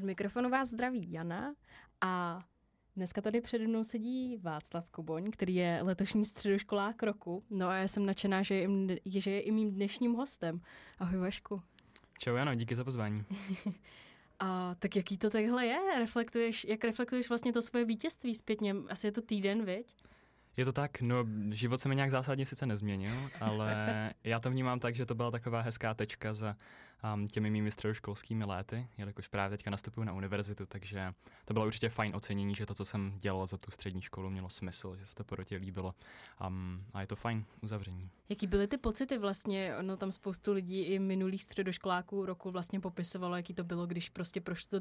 mikrofonu vás zdraví Jana a dneska tady přede mnou sedí Václav Koboň, který je letošní středoškolák roku. No a já jsem nadšená, že je i mým dnešním hostem. Ahoj Vašku. Čau Jano, díky za pozvání. A tak jaký to takhle je? Jak reflektuješ vlastně to svoje vítězství zpětně? Asi je to týden, viď? Je to tak, no život se mi nějak zásadně sice nezměnil, ale já to vnímám tak, že to byla taková hezká tečka za těmi mými středoškolskými léty, jelikož právě teďka nastupuju na univerzitu, takže to bylo určitě fajn ocenění, že to, co jsem dělal za tu střední školu, mělo smysl, že se to porotě líbilo a je to fajn uzavření. Jaký byly ty pocity vlastně? No tam spoustu lidí i minulých středoškoláků roku vlastně popisovalo, jaký to bylo, když prostě prošlo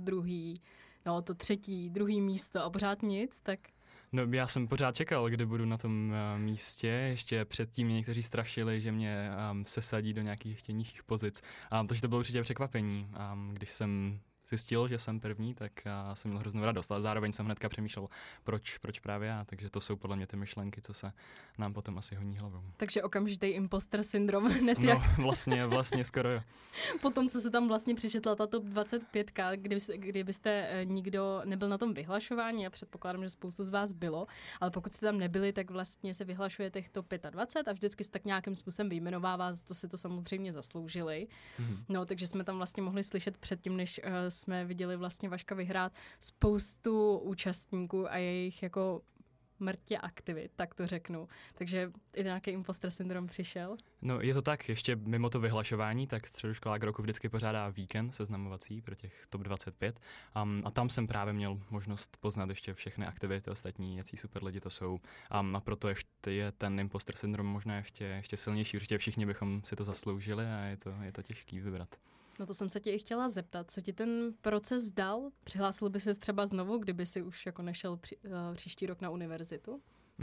to třetí, druhý místo a pořád nic, tak... No já jsem pořád čekal, kdy budu na tom místě, ještě předtím mě někteří strašili, že mě sesadí do nějakých ještě nižších pozic, takže to bylo určitě překvapení. Když jsem zjistil, že jsem první, tak jsem měl hroznou radost, ale zároveň jsem hnedka přemýšlel, proč právě já, takže to jsou podle mě ty myšlenky, co se nám potom asi honí hlavou. Takže okamžitý imposter syndrom hned no, vlastně skoro jo. Potom, co se tam vlastně přečetla ta top 25, kdybyste nikdo nebyl na tom vyhlašování, já předpokládám, že spoustu z vás bylo, ale pokud jste tam nebyli, tak vlastně se vyhlašuje těch top 25 a vždycky se tak nějakým způsobem vyjmenovává, to si to samozřejmě zasloužili. No, takže jsme tam vlastně mohli slyšet předtím, než jsme viděli vlastně Vaška vyhrát spoustu účastníků a jejich jako mrtě aktivit, tak to řeknu. Takže i nějaký imposter syndrom přišel? No je to tak, ještě mimo to vyhlašování, tak středoškolák roku vždycky pořádá víkend seznamovací pro těch top 25 a tam jsem právě měl možnost poznat ještě všechny aktivity ostatní, jaký super lidi to jsou a proto ještě je ten imposter syndrom možná ještě silnější, určitě všichni bychom si to zasloužili a je to těžký vybrat. No to jsem se tě i chtěla zeptat, co ti ten proces dal? Přihlásil by ses třeba znovu, kdyby si už jako nešel příští rok na univerzitu?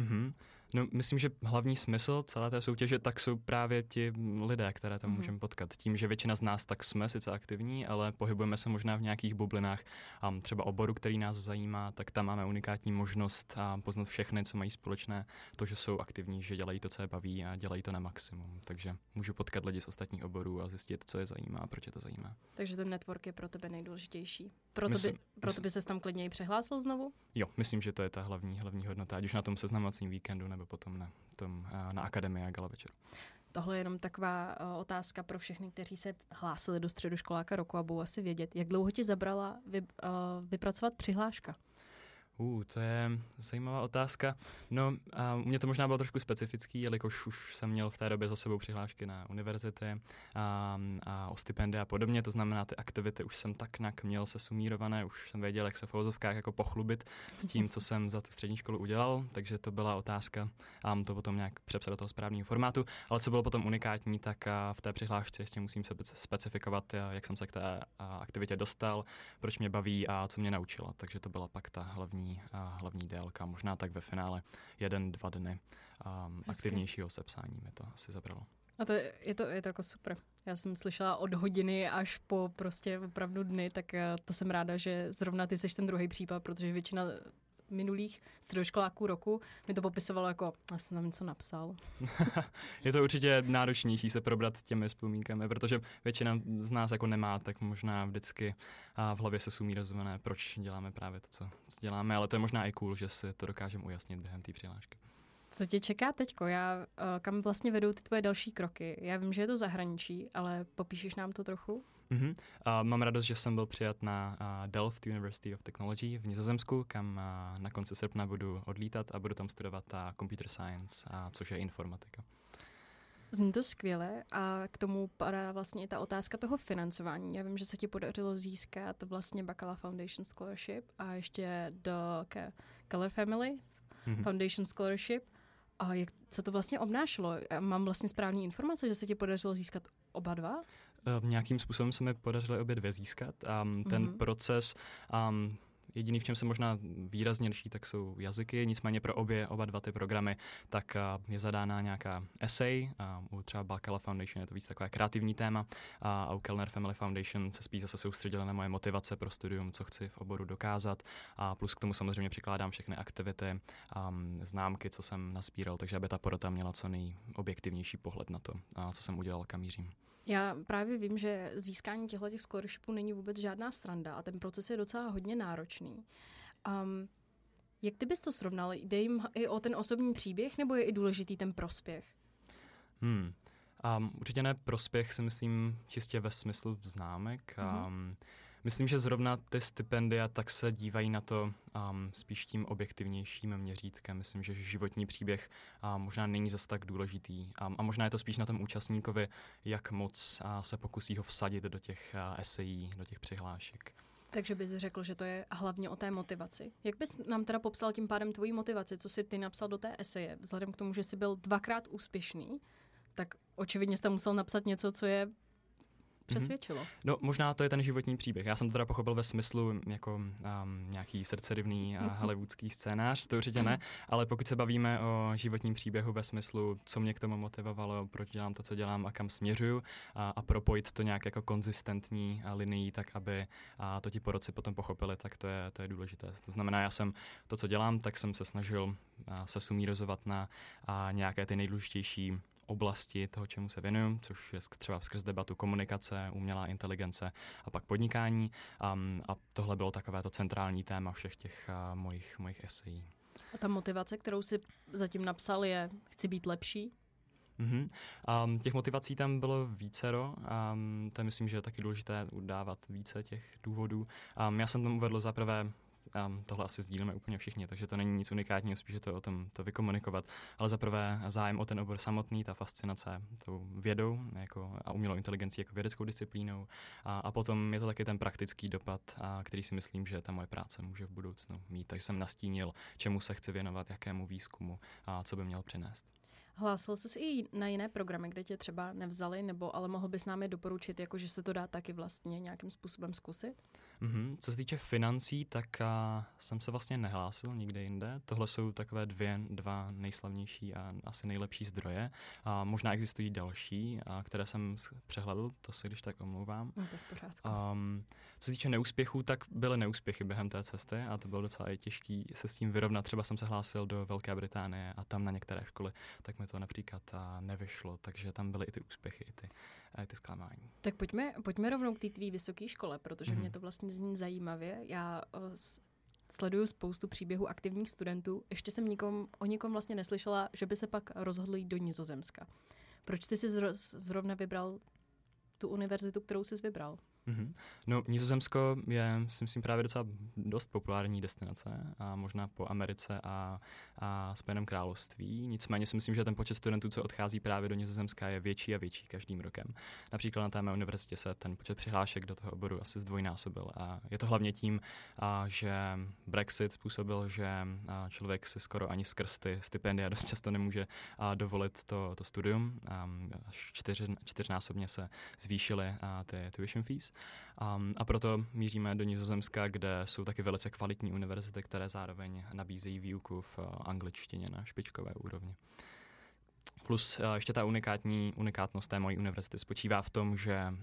No, myslím, že hlavní smysl celé té soutěže tak jsou právě ti lidé, které tam můžeme potkat. Tím, že většina z nás tak jsme sice aktivní, ale pohybujeme se možná v nějakých bublinách třeba oboru, který nás zajímá, tak tam máme unikátní možnost poznat všechny, co mají společné, to, že jsou aktivní, že dělají to, co je baví a dělají to na maximum. Takže můžu potkat lidi z ostatních oborů a zjistit, co je zajímá a proč je to zajímá. Takže ten network je pro tebe nejdůležitější. Proto by ses tam klidně i přihlásil znovu? Jo, myslím, že to je ta hlavní hodnota, ať už na tom seznamovacím víkendu nebo potom na akademii a gala večeru. Tohle je jenom taková otázka pro všechny, kteří se hlásili do středoškoláka roku a budou asi vědět. Jak dlouho ti zabrala vypracovat přihláška? To je zajímavá otázka. No, u mě to možná bylo trošku specifický, jelikož už jsem měl v té době za sebou přihlášky na univerzity a o stipendia a podobně, to znamená, ty aktivity už jsem tak nějak měl sesumírované, už jsem věděl, jak se v uvozovkách jako pochlubit s tím, co jsem za tu střední školu udělal, takže to byla otázka to potom nějak přepsat do toho správného formátu, ale co bylo potom unikátní, tak v té přihlášce ještě musím se specifikovat, jak jsem se k té aktivitě dostal, proč mě baví a co mě naučila, takže to byla pak ta hlavní délka, možná tak ve finále 1-2 dny aktivnějšího sepsání mi to asi zabralo. A je to jako super. Já jsem slyšela od hodiny až po prostě opravdu dny, tak to jsem ráda, že zrovna ty seš ten druhý případ, protože většina minulých středoškoláků roku mi to popisovalo jako, já jsem tam něco napsal. Je to určitě náročnější se probrat těmi vzpomínkami, protože většina z nás jako nemá, tak možná vždycky v hlavě se sumí rozumné, proč děláme právě to, co děláme, ale to je možná i cool, že si to dokážeme ujasnit během té přihlášky. Co tě čeká teďko? Kam vlastně vedou ty tvoje další kroky? Já vím, že je to zahraničí, ale popíšeš nám to trochu? Mám radost, že jsem byl přijat na Delft University of Technology v Nizozemsku, kam na konci srpna budu odlítat a budu tam studovat computer science, což je informatika. Zní to skvěle a k tomu padá vlastně i ta otázka toho financování. Já vím, že se ti podařilo získat vlastně Bacala Foundation Scholarship a ještě do Keller Family Foundation Scholarship. A co to vlastně obnášelo? Mám vlastně správný informace, že se ti podařilo získat oba dva? Nějakým způsobem se mi podařilo obě dvě získat. Ten proces, jediný, v čem se možná výrazně liší, tak jsou jazyky, nicméně pro oba dva ty programy, tak je zadána nějaká essay, u třeba Bacala Foundation je to víc takové kreativní téma a u Kellner Family Foundation se spíš zase soustředila na moje motivace pro studium, co chci v oboru dokázat a plus k tomu samozřejmě přikládám všechny aktivity, známky, co jsem nasbíral, takže aby ta porota měla co nejobjektivnější pohled na to, co jsem udělal, kam mířím. Já právě vím, že získání těchto scholarshipů není vůbec žádná sranda a ten proces je docela hodně náročný. Jak ty bys to srovnal? Jde jim i o ten osobní příběh, nebo je i důležitý ten prospěch? Určitě ne prospěch, si myslím, čistě ve smyslu známek. Myslím, že zrovna ty stipendia tak se dívají na to spíš tím objektivnějším měřítkem. Myslím, že životní příběh možná není zas tak důležitý. A možná je to spíš na tom účastníkovi, jak moc se pokusí ho vsadit do těch esejí, do těch přihlášek. Takže bys řekl, že to je hlavně o té motivaci. Jak bys nám teda popsal tím pádem tvoji motivaci, co jsi ty napsal do té eseje? Vzhledem k tomu, že jsi byl 2krát úspěšný, tak očividně jsi musel napsat něco, co je přesvědčilo. No, možná to je ten životní příběh. Já jsem to teda pochopil ve smyslu jako nějaký srdcerivný hollywoodský scénář, to určitě ne, ale pokud se bavíme o životním příběhu ve smyslu, co mě k tomu motivovalo, proč dělám to, co dělám a kam směřuju a propojit to nějak jako konzistentní linií, tak aby to ti porodci potom pochopili, tak to je důležité. To znamená, já jsem to, co dělám, tak jsem se snažil se sumírozovat na nějaké ty nejdůležitější oblasti toho, čemu se věnuju, což je třeba skrz debatu komunikace, umělá inteligence a pak podnikání. A tohle bylo takové to centrální téma všech těch mojich esejí. A ta motivace, kterou si zatím napsal, je chci být lepší? Těch motivací tam bylo vícero. To myslím, že je taky důležité udávat více těch důvodů. Já jsem tam uvedl zaprvé, tohle asi sdílíme úplně všichni, takže to není nic unikátního, spíš je to o tom to vykomunikovat. Ale za prvé zájem o ten obor samotný, ta fascinace tou vědou a umělou inteligencí jako vědeckou disciplínou. A potom je to taky ten praktický dopad, který si myslím, že ta moje práce může v budoucnu mít. Takže jsem nastínil, čemu se chci věnovat, jakému výzkumu a co by měl přinést. Hlásil jsi i na jiné programy, kde tě třeba nevzali, ale mohl bys nám je doporučit, že se to dá taky vlastně nějakým způsobem zkusit? Co se týče financí, tak jsem se vlastně nehlásil nikde jinde. Tohle jsou takové dva nejslavnější a asi nejlepší zdroje. Možná existují další, které jsem přehlédl, to se když tak omlouvám. To je v pořádku. Co se týče neúspěchů, tak byly neúspěchy během té cesty a to bylo docela i těžký se s tím vyrovnat. Třeba jsem se hlásil do Velké Británie a tam na některé školy, tak mi to například nevyšlo, takže tam byly i ty úspěchy, i ty zklamání. Tak pojďme rovnou k té tvý vysoké škole, protože mě to vlastně zní zajímavě. Já sleduju spoustu příběhů aktivních studentů. Ještě jsem o nikom vlastně neslyšela, že by se pak rozhodl jít do Nizozemska. Proč jsi si zrovna vybral tu univerzitu, kterou jsi vybral? No, Nizozemsko je, si myslím, právě docela dost populární destinace a možná po Americe a Spojeném království. Nicméně si myslím, že ten počet studentů, co odchází právě do Nizozemska, je větší a větší každým rokem. Například na té mé univerzitě se ten počet přihlášek do toho oboru asi zdvojnásobil. A je to hlavně tím, že Brexit způsobil, že člověk si skoro ani skrz ty stipendia dost často nemůže dovolit to studium. Čtyřnásobně se zvýšily ty tuition fees. A proto míříme do Nizozemska, kde jsou taky velice kvalitní univerzity, které zároveň nabízejí výuku v angličtině na špičkové úrovni. Plus ještě ta unikátnost té mojí univerzity spočívá v tom, že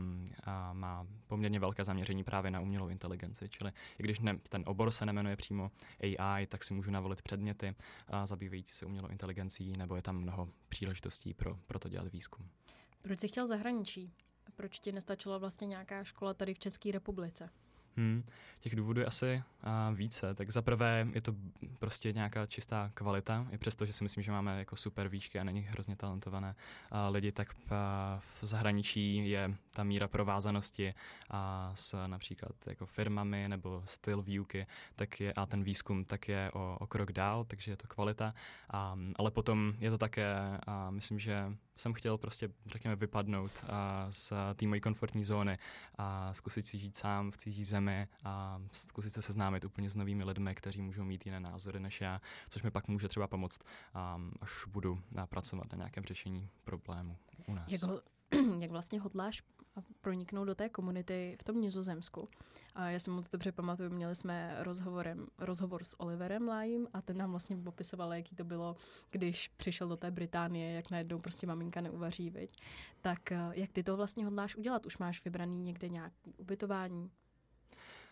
má poměrně velké zaměření právě na umělou inteligenci. Čili i když ten obor se nemenuje přímo AI, tak si můžu navolit předměty zabývající se umělou inteligencí, nebo je tam mnoho příležitostí pro to dělat výzkum. Proč jsi chtěl zahraničí? Proč ti nestačila vlastně nějaká škola tady v České republice? Těch důvodů je asi více. Tak za prvé je to prostě nějaká čistá kvalita. I přesto, že si myslím, že máme jako super výšky a na nich hrozně talentované lidi, tak v zahraničí je ta míra provázanosti s například jako firmami nebo styl výuky a ten výzkum tak je o krok dál, takže je to kvalita. Ale potom je to také, myslím, že jsem chtěl prostě, řekněme, vypadnout z té mojí komfortní zóny a zkusit si žít sám v cizí zemi a zkusit se seznámit úplně s novými lidmi, kteří můžou mít jiné názory než já, což mi pak může třeba pomoct, až budu pracovat na nějakém řešení problému u nás. Jak vlastně hodláš proniknout do té komunity v tom Nizozemsku? A já si moc dobře pamatuju, měli jsme rozhovor s Oliverem Lájím a ten nám vlastně popisoval, jaký to bylo, když přišel do té Británie, jak najednou prostě maminka neuvaří, viď? Tak jak ty to vlastně hodláš udělat? Už máš vybraný někde nějaké ubytování?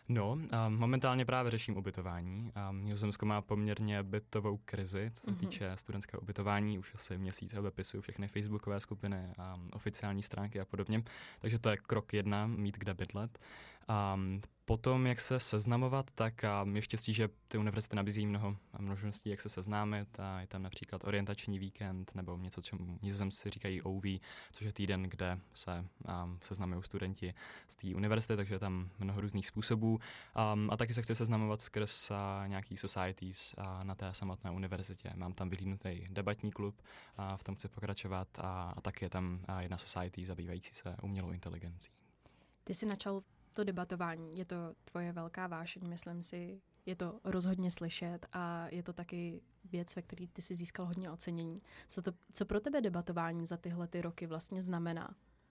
No, momentálně právě řeším ubytování. Nizozemsko má poměrně bytovou krizi, co se týče studentského ubytování. Už asi měsíc obepisuju všechny facebookové skupiny, oficiální stránky a podobně. Takže to je krok 1, mít kde bydlet. Potom, jak se seznamovat, tak je štěstí, že ty univerzity nabízí mnoho možností, jak se seznámit. A je tam například orientační víkend nebo něco, čemu Nizozemci říkají OV, což je týden, kde se seznamují studenti z té univerzity, takže je tam mnoho různých způsobů. A taky se chci seznamovat skrz nějaký societies na té samotné univerzitě. Mám tam vyhlídnutý debatní klub, v tom chci pokračovat a taky je tam jedna society zabývající se umělou inteligencí. Ty jsi načal to debatování, je to tvoje velká vášeň, myslím si, je to rozhodně slyšet a je to taky věc, ve které ty jsi získal hodně ocenění. Co pro tebe debatování za tyhle ty roky vlastně znamená?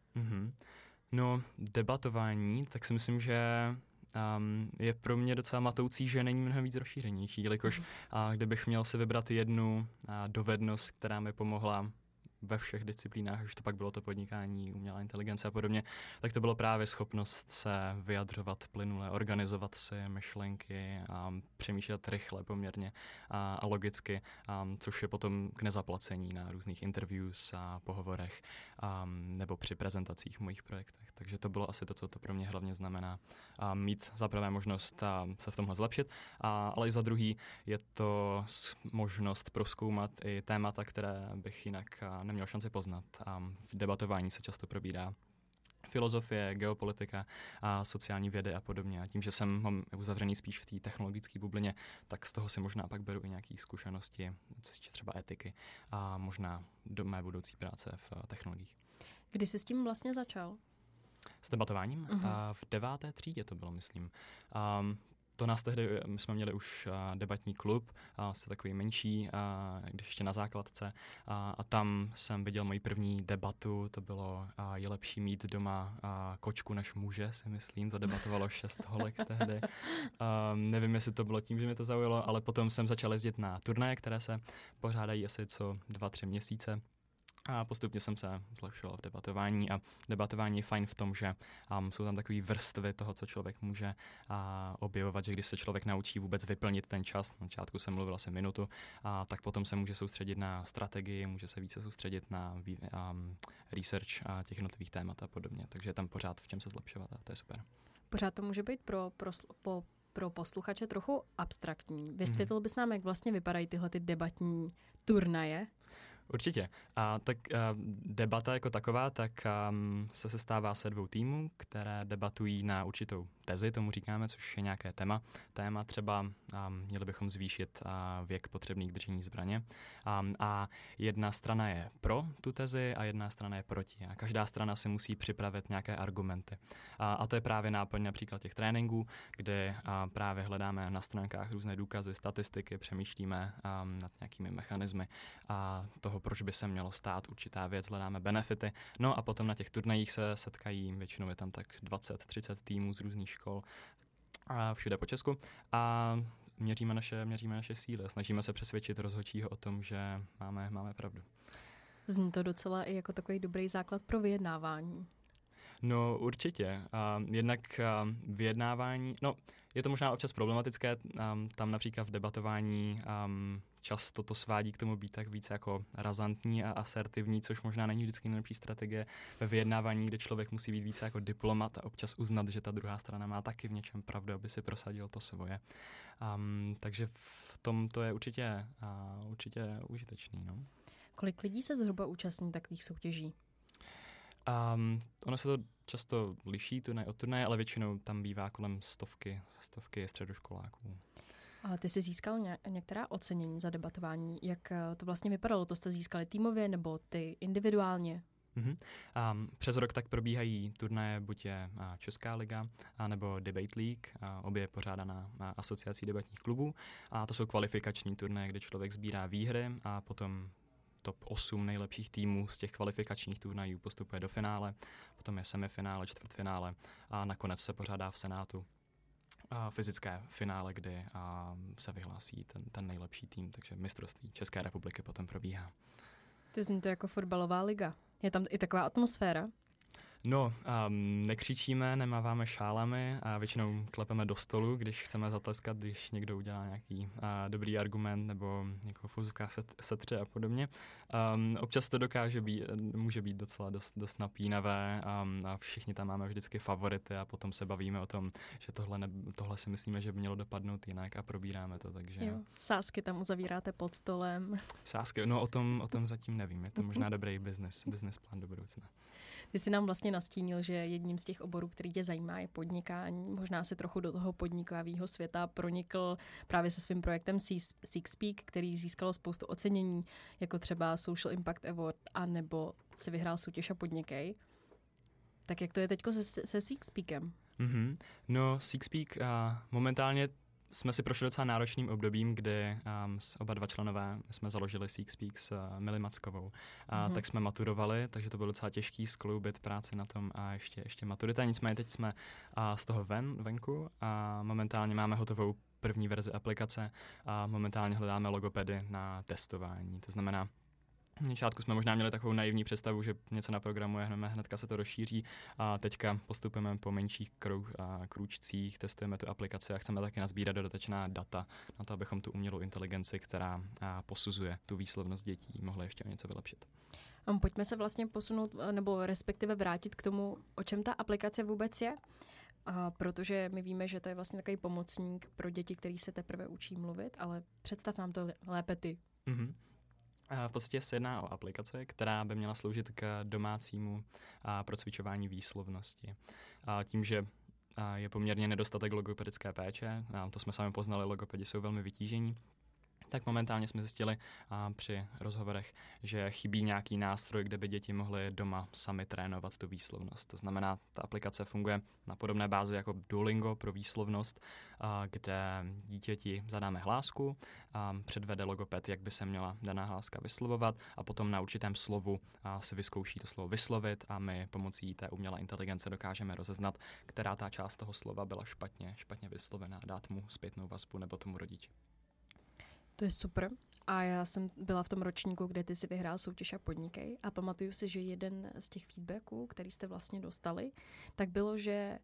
No, debatování, tak si myslím, že je pro mě docela matoucí, že není mnohem víc rozšířenější, jelikož kdybych měl si vybrat jednu dovednost, která mi pomohla ve všech disciplínách, už to pak bylo to podnikání, umělá inteligence a podobně, tak to bylo právě schopnost se vyjadřovat plynule, organizovat si myšlenky a přemýšlet rychle poměrně a logicky, což je potom k nezaplacení na různých interviews a pohovorech nebo při prezentacích v mojich projektech. Takže to bylo asi to, co to pro mě hlavně znamená. Mít za prvé možnost se v tomhle zlepšit, ale i za druhý je to možnost prozkoumat i témata, které bych jinak neměl šanci poznat. V debatování se často probírá filozofie, geopolitika a sociální vědy a podobně. A tím, že jsem uzavřený spíš v té technologické bublině, tak z toho si možná pak beru i nějaké zkušenosti, co se týče třeba etiky a možná do mé budoucí práce v technologiích. Kdy jsi s tím vlastně začal? S debatováním? V 9. třídě to bylo, myslím. To nás tehdy, my jsme měli už debatní klub, asi takový menší, když ještě na základce, a tam jsem viděl moji první debatu, to bylo je lepší mít doma kočku než muže, si myslím, to debatovalo 6 holek tehdy. Nevím, jestli to bylo tím, že mě to zaujalo, ale potom jsem začal jezdit na turnaje, které se pořádají asi co 2-3 měsíce. A postupně jsem se zlepšoval v debatování a debatování je fajn v tom, že jsou tam takové vrstvy toho, co člověk může objevovat, že když se člověk naučí vůbec vyplnit ten čas, na začátku jsem mluvil asi minutu, tak potom se může soustředit na strategii, může se více soustředit na research těch jednotlivých témat a podobně, takže je tam pořád v čem se zlepšovat a to je super. Pořád to může být pro posluchače trochu abstraktní. Vysvětlil bys nám, jak vlastně vypadají tyhle ty debatní turnaje? Určitě. Debata jako taková, tak se sestává se 2 týmů, které debatují na určitou tezi, tomu říkáme, což je nějaké téma třeba měli bychom zvýšit věk potřebný k držení zbraně. A jedna strana je pro tu tezi a jedna strana je proti. A každá strana si musí připravit nějaké argumenty. A to je právě náplň například těch tréninků, kde právě hledáme na stránkách různé důkazy, statistiky, přemýšlíme nad nějakými mechanismy a toho, proč by se mělo stát určitá věc, hledáme benefity. No a potom na těch turnajích se setkají, většinou je tam tak 20-30 týmů z různých škol a všude po Česku a měříme naše síly. Snažíme se přesvědčit rozhodčího o tom, že máme pravdu. Zní to docela i jako takový dobrý základ pro vyjednávání. No určitě. Jednak vyjednávání, je to možná občas problematické, tam například v debatování často to svádí k tomu být tak víc jako razantní a asertivní, což možná není vždycky nejlepší strategie ve vyjednávání, kde člověk musí být více jako diplomat a občas uznat, že ta druhá strana má taky v něčem pravdu, aby si prosadil to svoje. Takže v tom to je určitě užitečný. No. Kolik lidí se zhruba účastní takových soutěží? Ono se to často liší turnaj od turnaje, ale většinou tam bývá kolem stovky středoškoláků. A ty jsi získal některá ocenění za debatování. Jak to vlastně vypadalo? To jste získali týmově nebo ty individuálně? Přes rok tak probíhají turnaje, buď je Česká liga, nebo Debate League, obě je pořádaná asociací debatních klubů. A to jsou kvalifikační turnaje, kde člověk sbírá výhry a potom top 8 nejlepších týmů z těch kvalifikačních turnajů postupuje do finále, potom je semifinále, čtvrtfinále a nakonec se pořádá v Senátu fyzické finále, kdy se vyhlásí ten nejlepší tým, takže mistrovství České republiky potom probíhá. To zní to jako fotbalová liga. Je tam i taková atmosféra? No, nekřičíme, nemáváme šálami a většinou klepeme do stolu, když chceme zatleskat, když někdo udělá nějaký dobrý argument nebo někoho v úzovkách setře a podobně. Občas to může být docela dost napínavé a všichni tam máme vždycky favority a potom se bavíme o tom, že tohle si myslíme, že by mělo dopadnout jinak a probíráme to, takže... Jo, sázky tam uzavíráte pod stolem. Sázky, no o tom zatím nevím, je to možná dobrý business plán do budoucna. Ty jsi nám vlastně nastínil, že jedním z těch oborů, který tě zajímá, je podnikání. Možná si trochu do toho podnikavého světa pronikl právě se svým projektem SeekSpeak, který získalo spoustu ocenění, jako třeba Social Impact Award, a nebo si vyhrál soutěž a podnikej. Tak jak to je teďko se SeekSpeakem? Mm-hmm. No, SeekSpeak momentálně jsme si prošli docela náročným obdobím, kdy oba dva členové jsme založili SeekSpeak s Mili Mackovou. Tak jsme maturovali, takže to bylo docela těžký skloubit práci na tom a ještě maturita. Nicméně teď jsme z toho venku a momentálně máme hotovou první verzi aplikace a momentálně hledáme logopedy na testování. To znamená, v začátku jsme možná měli takovou naivní představu, že něco naprogramujeme, hnedka se to rozšíří a teďka postupujeme po menších krůčcích, testujeme tu aplikaci a chceme taky nazbírat dodatečná data na to, abychom tu umělou inteligenci, která posuzuje tu výslovnost dětí, mohli ještě o něco vylepšit. Pojďme se vlastně posunout, nebo respektive vrátit k tomu, o čem ta aplikace vůbec je. Protože my víme, že to je vlastně takový pomocník pro děti, který se teprve učí mluvit, ale představ nám to lépe ty. Mm-hmm. V podstatě se jedná o aplikaci, která by měla sloužit k domácímu procvičování výslovnosti. Tím, že je poměrně nedostatek logopedické péče, to jsme sami poznali, logopedi jsou velmi vytížení, tak momentálně jsme zjistili při rozhovorech, že chybí nějaký nástroj, kde by děti mohly doma sami trénovat tu výslovnost. To znamená, ta aplikace funguje na podobné bázi jako Duolingo pro výslovnost, kde dítěti zadáme hlásku, předvede logoped, jak by se měla daná hláska vyslovovat a potom na určitém slovu se vyzkouší to slovo vyslovit a my pomocí té umělé inteligence dokážeme rozeznat, která ta část toho slova byla špatně vyslovená, dát mu zpětnou vazbu nebo tomu rodiči. To je super. A já jsem byla v tom ročníku, kde ty si vyhrál soutěž a podnikej a pamatuju si, že jeden z těch feedbacků, který jste vlastně dostali, tak bylo, že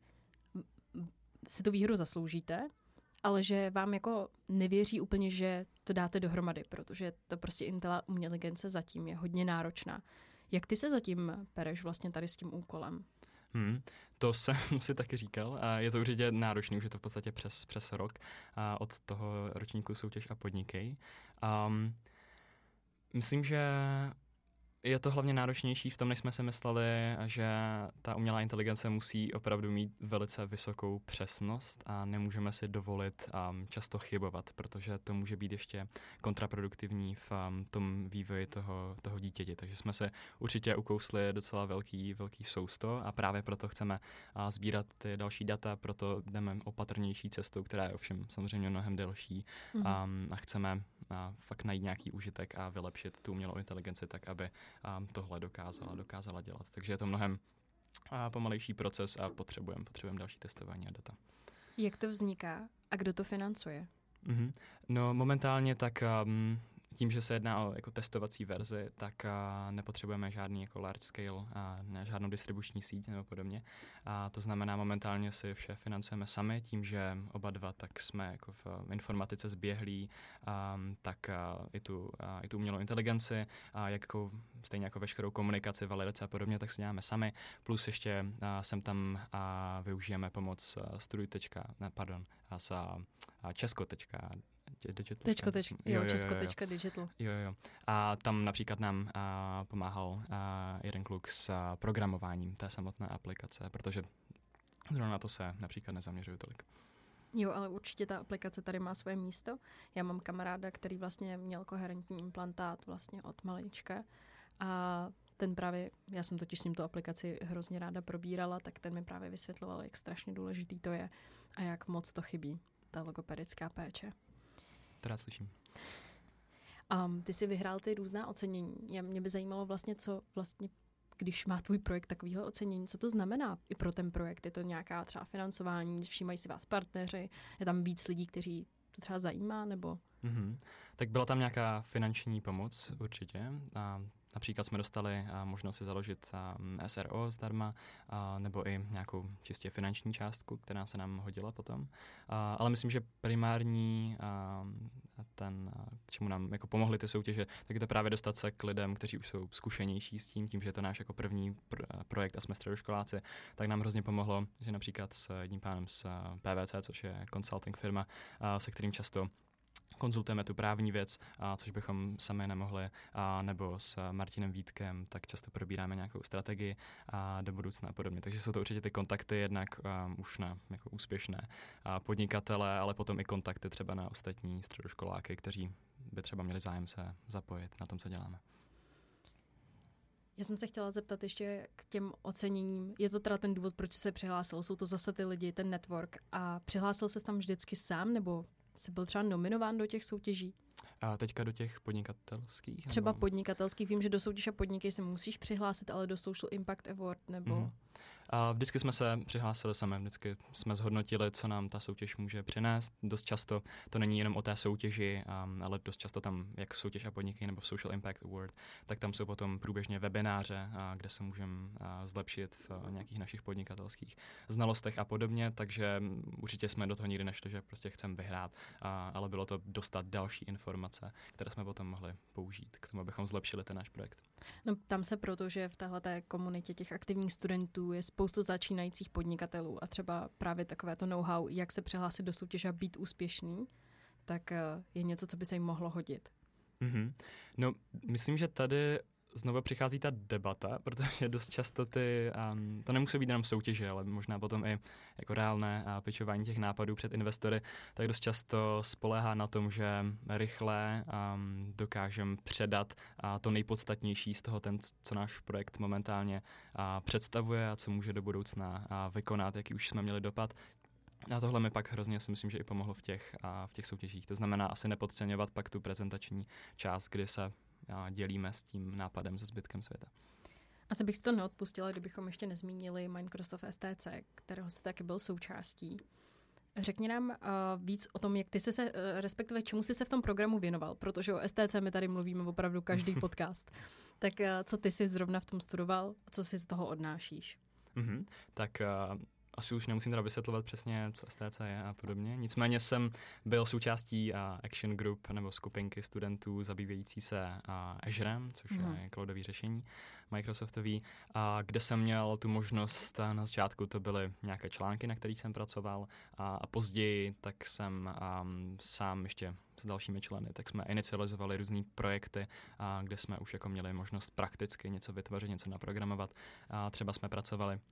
si tu výhru zasloužíte, ale že vám jako nevěří úplně, že to dáte dohromady, protože to prostě inteligence zatím je hodně náročná. Jak ty se zatím pereš vlastně tady s tím úkolem? To jsem si taky říkal a je to určitě náročný, už je to v podstatě přes rok od toho ročníku soutěž a podnikej. Myslím, že je to hlavně náročnější v tom, než jsme si mysleli, že ta umělá inteligence musí opravdu mít velice vysokou přesnost a nemůžeme si dovolit často chybovat, protože to může být ještě kontraproduktivní v tom vývoji toho dítěti. Takže jsme se určitě ukousli docela velký sousto a právě proto chceme sbírat ty další data, proto jdeme opatrnější cestou, která je ovšem samozřejmě mnohem delší a chceme fakt najít nějaký užitek a vylepšit tu umělou inteligenci tak, aby tohle dokázala dělat. Takže je to mnohem pomalejší proces a potřebujeme další testování a data. Jak to vzniká a kdo to financuje? No momentálně tak tím, že se jedná o jako testovací verzi, tak nepotřebujeme žádný jako large scale, žádnou distribuční síť nebo podobně. To znamená, momentálně si vše financujeme sami, tím, že oba dva tak jsme jako v informatice zběhlí, tak i tu umělou inteligenci, stejně jako veškerou komunikaci, validaci a podobně, tak si děláme sami. Plus ještě sem tam využijeme pomoc Česko.digital. Jo. A tam například nám pomáhal jeden kluk s programováním té samotné aplikace, protože zrovna na to se například nezaměřuju tolik. Jo, ale určitě ta aplikace tady má svoje místo. Já mám kamaráda, který vlastně měl koherentní implantát vlastně od malička a ten právě, já jsem totiž s ním tu aplikaci hrozně ráda probírala, tak ten mi právě vysvětloval, jak strašně důležitý to je a jak moc to chybí, ta logopedická péče. To rád slyším. Ty jsi vyhrál ty různá ocenění. Mě by zajímalo vlastně, co vlastně, když má tvůj projekt takovýhle ocenění, co to znamená i pro ten projekt? Je to nějaká třeba financování, všímají si vás partneři, je tam víc lidí, kteří to třeba zajímá, nebo? Tak byla tam nějaká finanční pomoc určitě. A například jsme dostali možnost si založit SRO zdarma, nebo i nějakou čistě finanční částku, která se nám hodila potom. Ale myslím, že primární k čemu nám jako pomohly ty soutěže, tak je to právě dostat se k lidem, kteří už jsou zkušenější s tím, že je to náš jako první projekt a jsme středoškoláci, tak nám hrozně pomohlo, že například s jedním pánem z PwC, což je consulting firma, se kterým často konzultujeme tu právní věc, což bychom sami nemohli, nebo s Martinem Vítkem, tak často probíráme nějakou strategii do budoucna a podobně. Takže jsou to určitě ty kontakty jednak už na jako úspěšné podnikatele, ale potom i kontakty třeba na ostatní středoškoláky, kteří by třeba měli zájem se zapojit na tom, co děláme. Já jsem se chtěla zeptat ještě k těm oceněním. Je to teda ten důvod, proč jsi se přihlásil? Jsou to zase ty lidi, ten network. A přihlásil ses tam vždycky sám, nebo jsi byl třeba nominován do těch soutěží? A teďka do těch podnikatelských? Třeba podnikatelských. Vím, že do soutěže podniky se musíš přihlásit, ale do Social Impact Award nebo... A vždycky jsme se přihlásili sami, vždycky jsme zhodnotili, co nám ta soutěž může přinést. Dost často to není jenom o té soutěži, ale dost často tam, jak soutěž a podniky nebo v Social Impact Award, tak tam jsou potom průběžně webináře, kde se můžeme zlepšit v nějakých našich podnikatelských znalostech a podobně, takže určitě jsme do toho nikdy nešli, že prostě chceme vyhrát, ale bylo to dostat další informace, které jsme potom mohli použít k tomu, abychom zlepšili ten náš projekt. No, tam se proto, že v téhleté komunitě těch aktivních studentů je spoustu začínajících podnikatelů a třeba právě takové to know-how, jak se přihlásit do soutěže a být úspěšný, tak je něco, co by se jim mohlo hodit. Mm-hmm. No, myslím, že tady znovu přichází ta debata, protože dost často to nemusí být jenom soutěže, ale možná potom i jako reálné pitchování těch nápadů před investory, tak dost často spoléhá na tom, že rychle dokážeme předat to nejpodstatnější z toho, co náš projekt momentálně představuje a co může do budoucna vykonat, jaký už jsme měli dopad. A tohle mi pak hrozně si myslím, že i pomohlo v těch soutěžích. To znamená asi nepodceňovat pak tu prezentační část, kdy se dělíme s tím nápadem se zbytkem světa. Asi bych si to neodpustila, kdybychom ještě nezmínili Microsoft STC, kterého jsi taky byl součástí. Řekni nám víc o tom, jak ty jsi se, respektive čemu jsi se v tom programu věnoval, protože o STC my tady mluvíme opravdu každý podcast. Tak co ty jsi zrovna v tom studoval a co si z toho odnášíš? Tak asi už nemusím teda vysvětlovat přesně, co STC je a podobně. Nicméně jsem byl součástí Action Group nebo skupinky studentů zabývající se Azurem, což je cloudové řešení Microsoftový, kde jsem měl tu možnost, na začátku to byly nějaké články, na kterých jsem pracoval a později tak jsem sám ještě s dalšími členy, tak jsme inicializovali různý projekty, kde jsme už jako měli možnost prakticky něco vytvořit, něco naprogramovat. Třeba jsme pracovali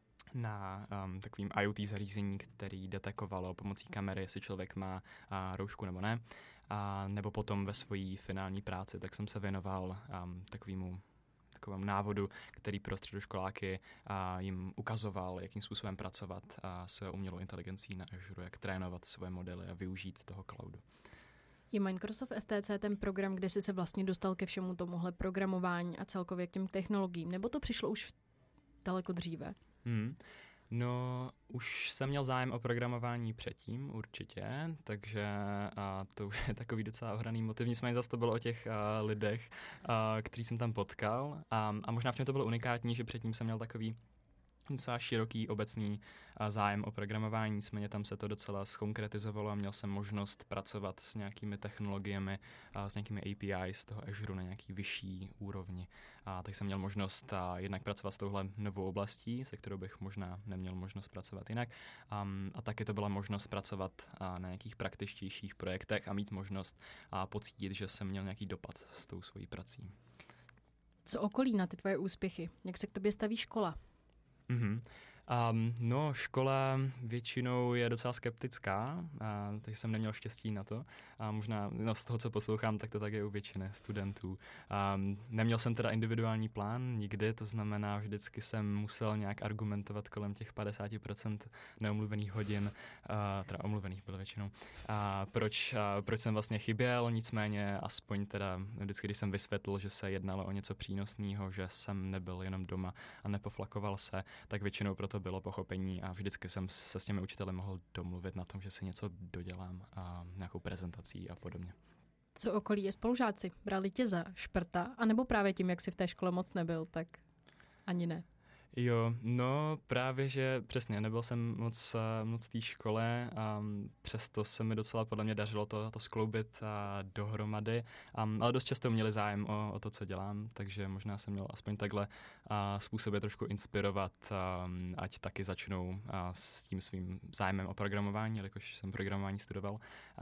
na takovým IoT zařízení, který detekovalo pomocí kamery, jestli člověk má roušku nebo ne. Nebo potom ve své finální práci, tak jsem se věnoval takovému návodu, který pro středoškoláky jim ukazoval, jakým způsobem pracovat s umělou inteligencí na Azure, jak trénovat svoje modely a využít toho cloudu. Je Microsoft STC ten program, kde jsi se vlastně dostal ke všemu tomuhle programování a celkově k těm technologiím, nebo to přišlo už daleko dříve? No, už jsem měl zájem o programování předtím, určitě, takže to už je takový docela ohraný motiv. Nicméně zase to bylo o těch lidech, který jsem tam potkal a možná v čem to bylo unikátní, že předtím jsem měl takový docela široký obecný zájem o programování, nicméně tam se to docela zkonkretizovalo a měl jsem možnost pracovat s nějakými technologiemi, s nějakými API z toho Azure na nějaký vyšší úrovni. Tak jsem měl možnost jednak pracovat s touhle novou oblastí, se kterou bych možná neměl možnost pracovat jinak. A taky to byla možnost pracovat na nějakých praktičtějších projektech a mít možnost pocítit, že jsem měl nějaký dopad s tou svojí prací. Co okolí na ty tvoje úspěchy? Jak se k tobě staví škola? No, škola většinou je docela skeptická, takže jsem neměl štěstí na to. A možná z toho, co poslouchám, tak to tak je u většiny studentů. Neměl jsem teda individuální plán nikdy, to znamená, vždycky jsem musel nějak argumentovat kolem těch 50% neomluvených hodin, teda omluvených bylo většinou, proč jsem vlastně chyběl, nicméně aspoň teda vždycky, když jsem vysvětlil, že se jednalo o něco přínosného, že jsem nebyl jenom doma a nepoflakoval se, tak většinou proto bylo pochopení a vždycky jsem se s těmi učiteli mohl domluvit na tom, že si něco dodělám a nějakou prezentací a podobně. Co okolí je spolužáci? Brali tě za šprta? A nebo právě tím, jak jsi v té škole moc nebyl, tak ani ne? Jo, no právě, že přesně, nebyl jsem moc v té škole a přesto se mi docela podle mě dařilo to skloubit dohromady, ale dost často měli zájem o to, co dělám, takže možná jsem měl aspoň takhle způsobě trošku inspirovat, ať taky začnou s tím svým zájmem o programování, jelikož jsem programování studoval,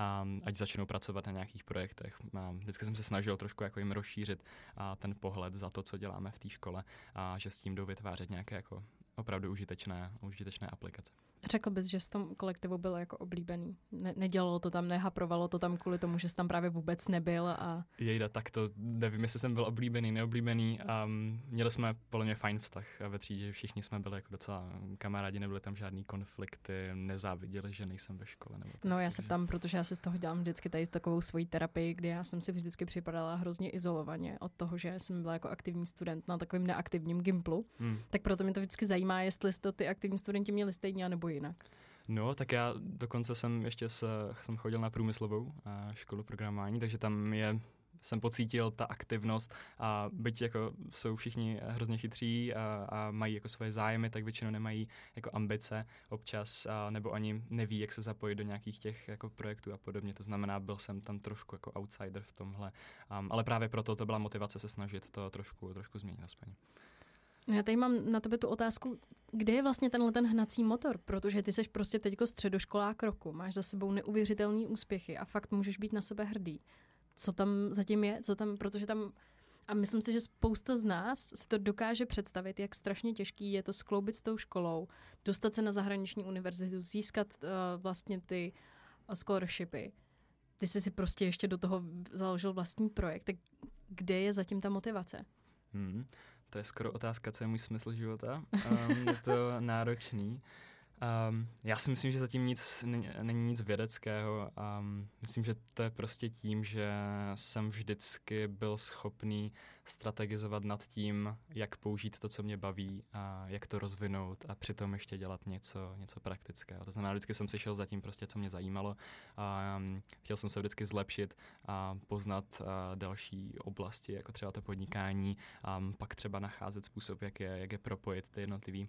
ať začnou pracovat na nějakých projektech. Vždycky jsem se snažil trošku jako jim rozšířit ten pohled za to, co děláme v té škole a že s tím jdou vytvářet nějaké jako opravdu užitečné aplikace. Řekl bys, že v tom kolektivu bylo jako oblíbený? Nedělalo to tam, nehaprovalo to tam kvůli tomu, že jsi tam právě vůbec nebyl? A... Jejda, tak to nevím, jestli jsem byl oblíbený, neoblíbený. Měli jsme podle mě fajn vztah ve třídě, všichni jsme byli jako docela kamarádi, nebyly tam žádný konflikty, nezáviděli, že nejsem ve škole. Nebo tak, no já se ptám, protože já si z toho dělám vždycky tady takovou svoji terapii, kdy já jsem si vždycky připadala hrozně izolovaně od toho, že jsem byla jako aktivní student na takovém neaktivním gimplu. Tak proto mě to vždycky zajímá, jestli to ty aktivní studenti měli stejně nebo jinak. No, tak já dokonce jsem chodil na průmyslovou školu programování, takže tam jsem pocítil ta aktivnost a byť jako jsou všichni hrozně chytří a mají jako svoje zájmy, tak většinou nemají jako ambice občas nebo ani neví, jak se zapojit do nějakých těch jako projektů a podobně. To znamená, byl jsem tam trošku jako outsider v tomhle, ale právě proto to byla motivace se snažit to trošku změnit aspoň. Já tady mám na tebe tu otázku, kde je vlastně ten hnací motor, protože ty seš prostě teďko středoškolák roku, máš za sebou neuvěřitelný úspěchy a fakt můžeš být na sebe hrdý. Co tam zatím je? Protože tam, a myslím si, že spousta z nás si to dokáže představit, jak strašně těžký je to skloubit s tou školou, dostat se na zahraniční univerzitu, získat vlastně ty scholarshipy. Ty jsi si prostě ještě do toho založil vlastní projekt, tak kde je zatím ta motivace? To je skoro otázka, co je můj smysl života. Je to náročný. Já si myslím, že zatím není nic vědeckého. Myslím, že to je prostě tím, že jsem vždycky byl schopný strategizovat nad tím, jak použít to, co mě baví a jak to rozvinout a přitom ještě dělat něco praktického. To znamená, vždycky jsem si šel za tím prostě, co mě zajímalo. Chtěl jsem se vždycky zlepšit a poznat další oblasti, jako třeba to podnikání, pak třeba nacházet způsob, jak je propojit ty jednotlivý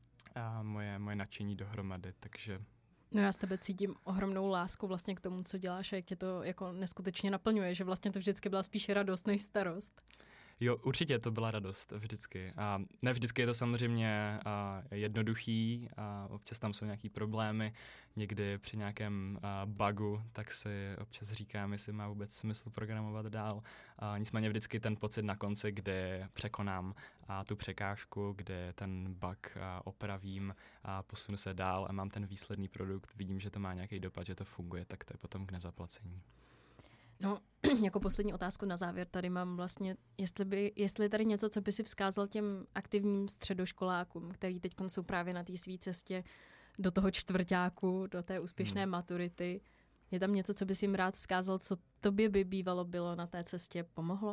a moje nadšení dohromady, takže... No já s tebe cítím ohromnou lásku vlastně k tomu, co děláš a jak tě to jako neskutečně naplňuje, že vlastně to vždycky byla spíše radost než starost. Jo, určitě to byla radost vždycky. A ne vždycky je to samozřejmě jednoduchý, a občas tam jsou nějaký problémy, někdy při nějakém bugu, tak si občas říkám, jestli má vůbec smysl programovat dál. Nicméně vždycky ten pocit na konci, kdy překonám tu překážku, kdy ten bug opravím a posunu se dál a mám ten výsledný produkt, vidím, že to má nějaký dopad, že to funguje, tak to je potom k nezaplacení. No, jako poslední otázku na závěr tady mám vlastně, jestli tady něco, co by si vzkázal těm aktivním středoškolákům, který teď jsou právě na té své cestě do toho čtvrťáku, do té úspěšné maturity. Je tam něco, co bys jim rád vzkázal, co tobě by bývalo bylo na té cestě pomohlo?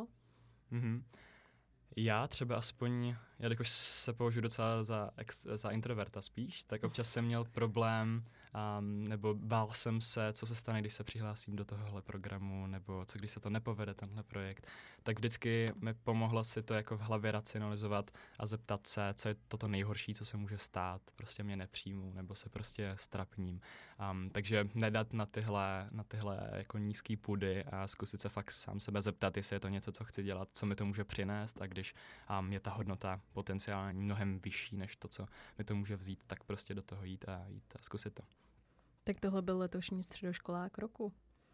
Já třeba aspoň, jelikož se považuji docela za introverta spíš, tak občas jsem měl problém nebo bál jsem se, co se stane, když se přihlásím do tohohle programu, nebo co když se to nepovede, tenhle projekt. Tak vždycky mi pomohlo si to jako v hlavě racionalizovat a zeptat se, co je toto nejhorší, co se může stát. Prostě mě nepřijmou, nebo se prostě strapním. Takže nedat na tyhle jako nízký půdy a zkusit se fakt sám sebe zeptat, jestli je to něco, co chci dělat, co mi to může přinést, a když je ta hodnota potenciálně mnohem vyšší než to, co mi to může vzít, tak prostě do toho jít a zkusit to. Tak tohle byl letošní středoškolák roku.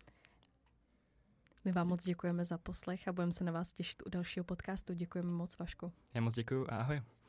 My vám moc děkujeme za poslech a budeme se na vás těšit u dalšího podcastu. Děkujeme moc, Vašku. Já moc děkuju a ahoj.